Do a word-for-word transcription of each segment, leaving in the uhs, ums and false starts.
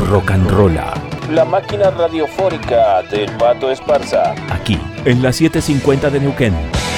rock and rolla. La máquina radiofónica del Pato Esparza. Aquí, en la setecientos cincuenta de Neuquén.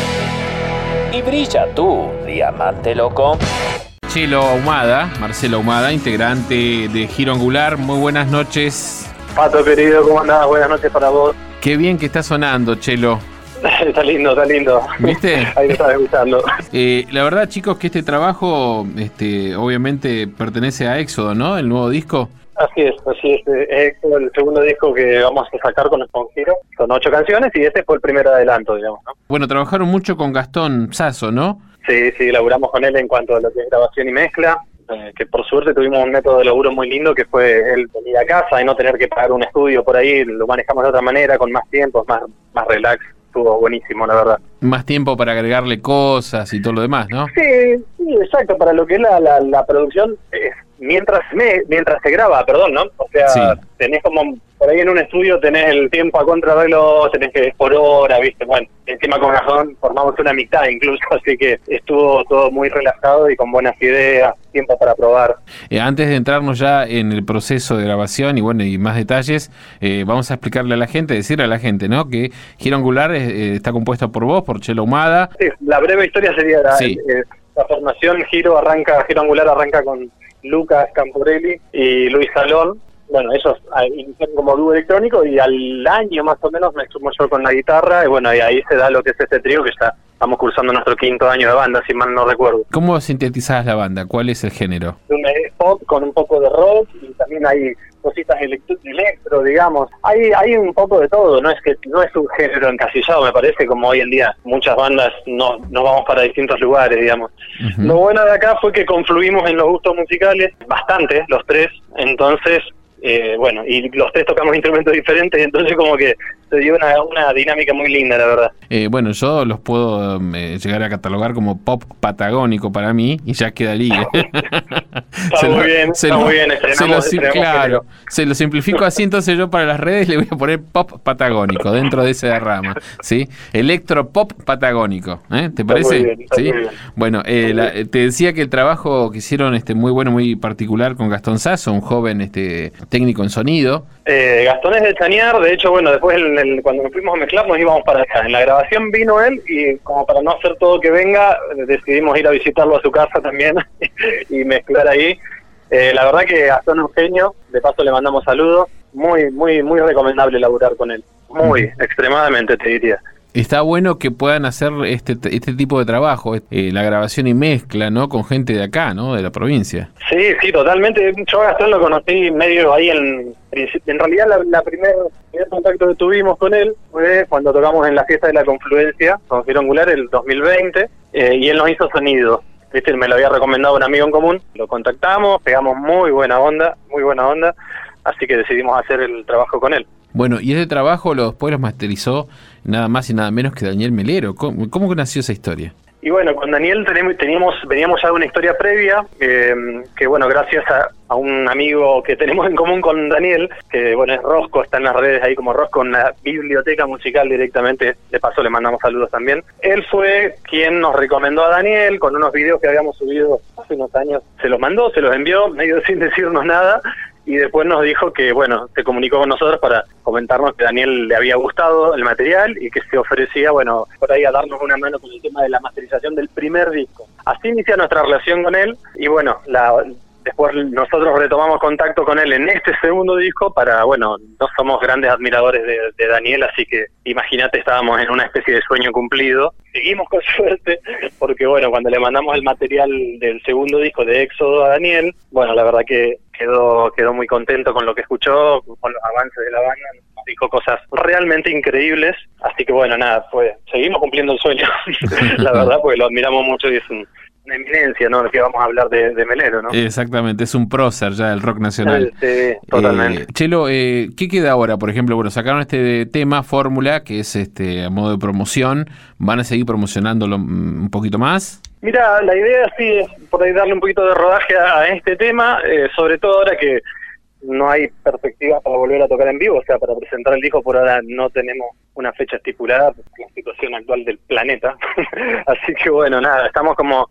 Y brilla tú, diamante loco. Chelo Ahumada, Marcelo Ahumada, integrante de Giro Angular. Muy buenas noches. Pato querido, ¿cómo andás? Buenas noches para vos. Qué bien que está sonando, Chelo. Está lindo, está lindo. ¿Viste? Ahí me estás escuchando. Eh, la verdad, chicos, que este trabajo, este, obviamente pertenece a Éxodo, ¿no? El nuevo disco. Así es, así es. Es el segundo disco que vamos a sacar con con Giro. Son ocho canciones y este fue el primer adelanto, digamos, ¿no? Bueno, trabajaron mucho con Gastón Sasso, ¿no? Sí, sí, laburamos con él en cuanto a lo que es grabación y mezcla. Eh, que por suerte tuvimos un método de laburo muy lindo que fue el venir a casa y no tener que pagar un estudio por ahí. Lo manejamos de otra manera, con más tiempo, más, más relax. Estuvo buenísimo, la verdad. Más tiempo para agregarle cosas y todo lo demás, ¿no? Sí, sí, exacto. Para lo que es la, la, la producción, eh, mientras me, mientras se graba, perdón, ¿no? O sea, sí. Tenés como, por ahí en un estudio tenés el tiempo a contrarreloj, tenés que por hora, ¿viste? Bueno, encima con Gastón formamos una mitad incluso, así que estuvo todo muy relajado y con buenas ideas, tiempo para probar. Eh, antes de entrarnos ya en el proceso de grabación y bueno, y más detalles, eh, vamos a explicarle a la gente, decirle a la gente, ¿no? Que Giro Angular eh, está compuesto por vos, por Chelo Ahumada. Sí, la breve historia sería la, sí. eh, la formación. Giro arranca, Giro Angular arranca con Lucas Camporelli y Luis Salón. Bueno, ellos iniciaron como dúo electrónico y al año más o menos me sumo yo con la guitarra y bueno, y ahí se da lo que es este trío que ya estamos cursando nuestro quinto año de banda, si mal no recuerdo. ¿Cómo sintetizás la banda? ¿Cuál es el género? Un pop con un poco de rock y también hay cositas electro, electro digamos. Hay hay un poco de todo, no es que no es un género encasillado, me parece, como hoy en día muchas bandas no nos vamos para distintos lugares, digamos. Uh-huh. Lo bueno de acá fue que confluimos en los gustos musicales bastante, los tres, entonces Eh, bueno, y los tres tocamos instrumentos diferentes, entonces como que se dio una, una dinámica muy linda, la verdad. Eh, bueno, yo los puedo eh, llegar a catalogar como pop patagónico para mí, y ya quedaría. Está muy lo, bien, está lo, muy bien. Se lo, claro, se lo simplifico así, entonces yo para las redes le voy a poner pop patagónico dentro de esa rama, ¿sí? Electro pop patagónico, ¿eh? ¿Te parece? Está muy bien, ¿sí? Muy bien. Bueno, eh, la, te decía que el trabajo que hicieron este muy bueno, muy particular con Gastón Sasso, un joven este técnico en sonido. Eh, Gastón es de Chañar, de hecho, bueno, después el, el, cuando nos fuimos a mezclar nos íbamos para acá. En la grabación vino él y como para no hacer todo que venga, decidimos ir a visitarlo a su casa también y mezclar ahí. Eh, la verdad que Gastón es un genio, de paso le mandamos saludos, muy, muy, muy recomendable laburar con él, muy, mm. extremadamente te diría. Está bueno que puedan hacer este este tipo de trabajo, eh, la grabación y mezcla, ¿no? Con gente de acá, ¿no? De la provincia. Sí, sí, totalmente. Yo a Gastón lo conocí medio ahí en... En realidad la, la primer, primer contacto que tuvimos con él fue cuando tocamos en la fiesta de la Confluencia con Giro Angular el dos mil veinte eh, y él nos hizo sonido. ¿Viste? Me lo había recomendado un amigo en común. Lo contactamos, pegamos muy buena onda, muy buena onda, así que decidimos hacer el trabajo con él. Bueno, y ese trabajo lo, después lo masterizó nada más y nada menos que Daniel Melero. ¿Cómo, cómo nació esa historia? Y bueno, con Daniel teníamos, teníamos veníamos ya de una historia previa, eh, que bueno, gracias a, a un amigo que tenemos en común con Daniel, que bueno, es Rosco, está en las redes ahí como Rosco, en la biblioteca musical directamente, de paso le mandamos saludos también. Él fue quien nos recomendó a Daniel con unos videos que habíamos subido hace unos años, se los mandó, se los envió, medio sin decirnos nada, y después nos dijo que, bueno, se comunicó con nosotros para comentarnos que a Daniel le había gustado el material y que se ofrecía, bueno, por ahí a darnos una mano con el tema de la masterización del primer disco. Así inicia nuestra relación con él y, bueno, la, después nosotros retomamos contacto con él en este segundo disco para, bueno, no somos grandes admiradores de, de Daniel, así que imagínate, estábamos en una especie de sueño cumplido. Seguimos con suerte porque, bueno, cuando le mandamos el material del segundo disco de Éxodo a Daniel, bueno, la verdad que quedó quedó muy contento con lo que escuchó, con los avances de la banda, nos dijo cosas realmente increíbles, así que bueno, nada, pues seguimos cumpliendo el sueño, la verdad, porque lo admiramos mucho y es un, una eminencia, ¿no? Que vamos a hablar de, de Melero, ¿no? Exactamente, es un prócer ya del rock nacional. Sí, totalmente. Eh, Chelo, eh, ¿qué queda ahora? Por ejemplo, bueno, sacaron este tema, Fórmula, que es este a modo de promoción, ¿van a seguir promocionándolo un poquito más? Mira, la idea sí es por ahí darle un poquito de rodaje a, a este tema, eh, sobre todo ahora que no hay perspectivas para volver a tocar en vivo, o sea, para presentar el disco por ahora no tenemos una fecha estipulada por la situación actual del planeta, así que bueno, nada, estamos como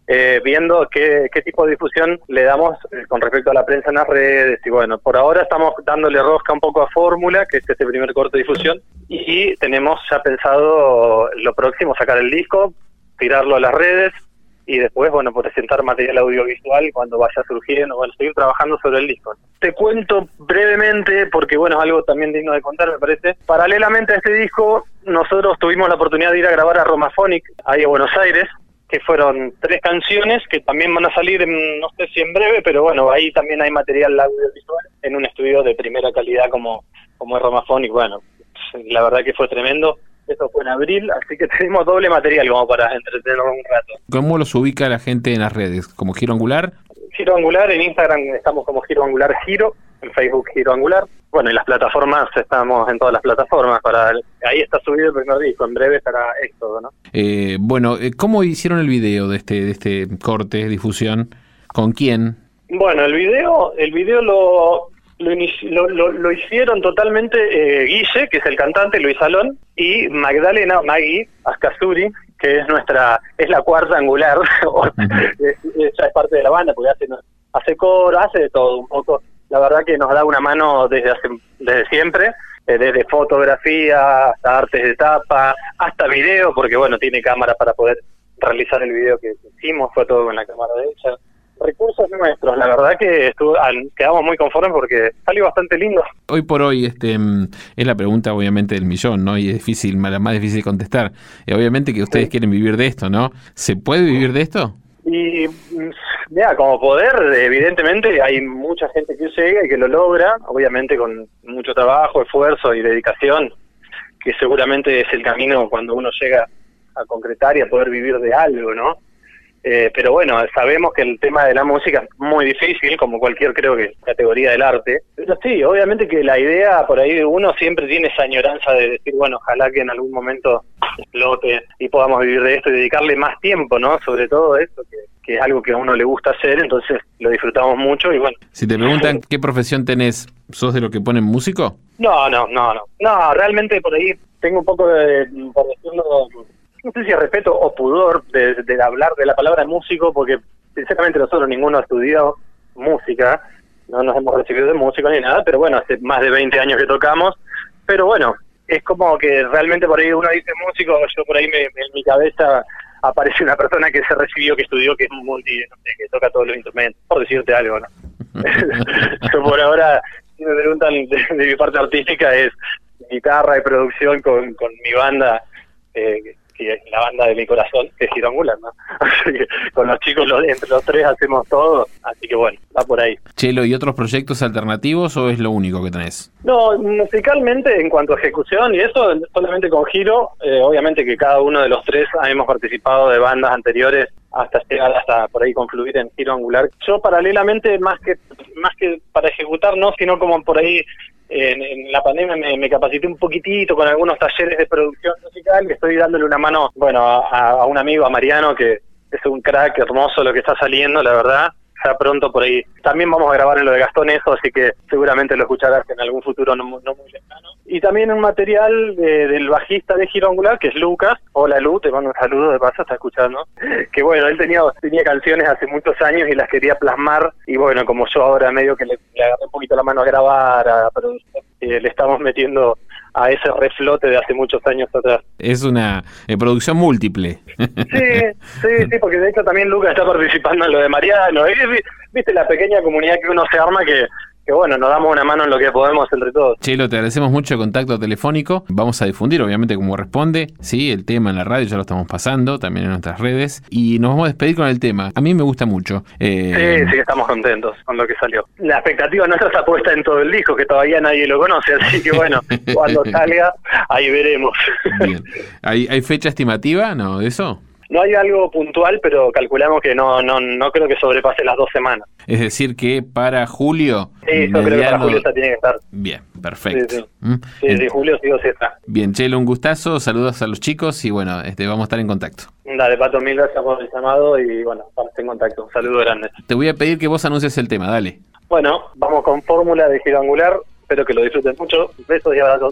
eh, viendo qué, qué tipo de difusión le damos eh, con respecto a la prensa en las redes. Y bueno, por ahora estamos dándole rosca un poco a Fórmula, que es este primer corte de difusión, y tenemos ya pensado lo próximo, sacar el disco, tirarlo a las redes, y después, bueno, presentar material audiovisual cuando vaya surgiendo, bueno, seguir trabajando sobre el disco. Te cuento brevemente, porque bueno, es algo también digno de contar, me parece. Paralelamente a este disco, nosotros tuvimos la oportunidad de ir a grabar a Romaphonic, ahí a Buenos Aires, que fueron tres canciones que también van a salir, en, no sé si en breve, pero bueno, ahí también hay material audiovisual en un estudio de primera calidad como, como es Romaphonic. Bueno, la verdad que fue tremendo. Eso fue en abril, así que tenemos doble material como para entretenernos un rato. ¿Cómo los ubica la gente en las redes? ¿Como Giro Angular? Giro Angular, en Instagram estamos como Giro Angular Giro, en Facebook Giro Angular. Bueno, en las plataformas estamos en todas las plataformas. Para ahí está subido el primer disco, en breve estará Éxodo, ¿no? Eh, bueno, ¿cómo hicieron el video de este de este corte, difusión? ¿Con quién? Bueno, el video, el video lo... Lo, lo, lo, lo hicieron totalmente eh, Guille, que es el cantante, Luis Salón, y Magdalena, Maggie Ascazuri, que es nuestra, es la cuarta angular, ella es parte de la banda, porque hace, hace coro, hace de todo un poco. La verdad que nos da una mano desde hace, desde siempre, eh, desde fotografía hasta artes de tapa, hasta video, porque bueno, tiene cámara para poder realizar el video que hicimos, fue todo con la cámara de ella. Recursos nuestros, la verdad que estuvo, quedamos muy conformes porque salió bastante lindo. Hoy por hoy este es la pregunta obviamente del millón, ¿no? Y es difícil, la más difícil de contestar. Eh, obviamente que ustedes sí quieren vivir de esto, ¿no? ¿Se puede vivir de esto? Y mira, como poder, evidentemente hay mucha gente que llega y que lo logra, obviamente con mucho trabajo, esfuerzo y dedicación, que seguramente es el camino cuando uno llega a concretar y a poder vivir de algo, ¿no? Eh, pero bueno, sabemos que el tema de la música es muy difícil, como cualquier, creo que, categoría del arte. Pero sí, obviamente que la idea, por ahí uno siempre tiene esa añoranza de decir, bueno, ojalá que en algún momento explote y podamos vivir de esto y dedicarle más tiempo, ¿no? Sobre todo esto, que, que es algo que a uno le gusta hacer, entonces lo disfrutamos mucho y bueno. Si te preguntan qué profesión tenés, ¿sos de lo que ponen músico? No, no, no, no. No, realmente por ahí tengo un poco de, por decirlo, no sé si respeto o pudor de, de hablar de la palabra músico, porque sinceramente nosotros ninguno ha estudiado música, no nos hemos recibido de músico ni nada, pero bueno, hace más de veinte años que tocamos, pero bueno, es como que realmente por ahí uno dice músico, yo por ahí me, me, en mi cabeza aparece una persona que se recibió, que estudió, que es multi, no sé, que toca todos los instrumentos, por decirte algo, ¿no? Yo por ahora, si me preguntan de, de mi parte artística, es guitarra y producción con, con mi banda, eh, que es la banda de mi corazón, que es Giro Angular, ¿no? Así que con los chicos, los, entre los tres hacemos todo, así que bueno, va por ahí. Chelo, ¿y otros proyectos alternativos o es lo único que tenés? No, musicalmente, en cuanto a ejecución y eso, solamente con Giro, eh, obviamente que cada uno de los tres hemos participado de bandas anteriores hasta llegar hasta por ahí confluir en Giro Angular. Yo paralelamente, más que más que para ejecutar, no, sino como por ahí En, en la pandemia me, me capacité un poquitito con algunos talleres de producción musical, que estoy dándole una mano, bueno, a, a un amigo, a Mariano, que es un crack hermoso lo que está saliendo, la verdad. Ya pronto por ahí también vamos a grabar en lo de Gastón eso, así que seguramente lo escucharás en algún futuro no, no muy lejano. Y también un material de, del bajista de Giro Angular, que es Lucas. Hola Lu, te mando un saludo de paso, está escuchando. Que bueno, él tenía, tenía canciones hace muchos años y las quería plasmar, y bueno, como yo ahora medio que le, le agarré un poquito la mano a grabar, a producir, eh, le estamos metiendo a ese reflote de hace muchos años atrás. Es una eh, producción múltiple. Sí, sí, sí, porque de hecho también Lucas está participando en lo de Mariano. Viste la pequeña comunidad que uno se arma que, que bueno, nos damos una mano en lo que podemos entre todos. Chelo, te agradecemos mucho el contacto telefónico. Vamos a difundir, obviamente, como responde, sí, el tema en la radio, ya lo estamos pasando, también en nuestras redes. Y nos vamos a despedir con el tema. A mí me gusta mucho. Eh... Sí, sí, estamos contentos con lo que salió. La expectativa nuestra está puesta en todo el disco, que todavía nadie lo conoce, así que bueno, cuando salga, ahí veremos. Bien. ¿Hay, ¿Hay fecha estimativa, no, de eso? No hay algo puntual, pero calculamos que no no no creo que sobrepase las dos semanas. Es decir, que para julio... Sí, yo mediano... creo que para julio ya tiene que estar. Bien, perfecto. Sí, sí, ¿Mm? sí, sí julio sí o sí está. Bien, Chelo, un gustazo, saludos a los chicos y bueno, este vamos a estar en contacto. Dale, Pato, mil gracias por el llamado y bueno, estamos en contacto. Un saludo grande. Te voy a pedir que vos anuncies el tema, dale. Bueno, vamos con Fórmula de Giro Angular, espero que lo disfruten mucho. Besos y abrazos.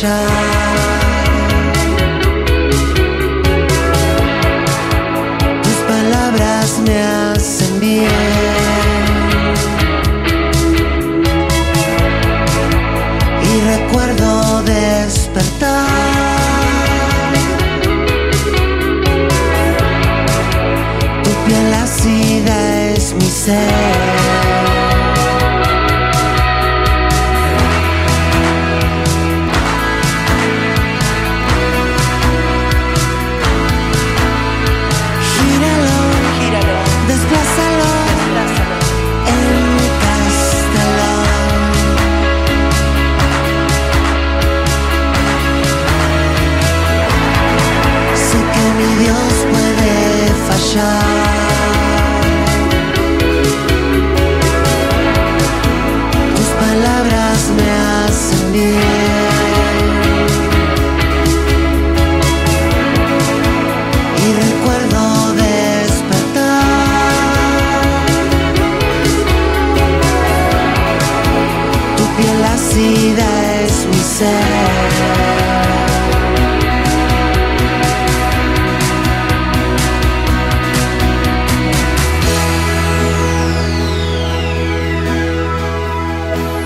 fallar. Tus palabras me hacen bien. Y recuerdo despertar. Tu piel ácida es mi ser. Tus palabras me hacen bien. Y recuerdo despertar. Tu piel ácida es mi ser.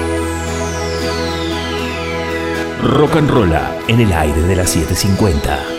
Rock and Rolla en el aire de las siete cincuenta.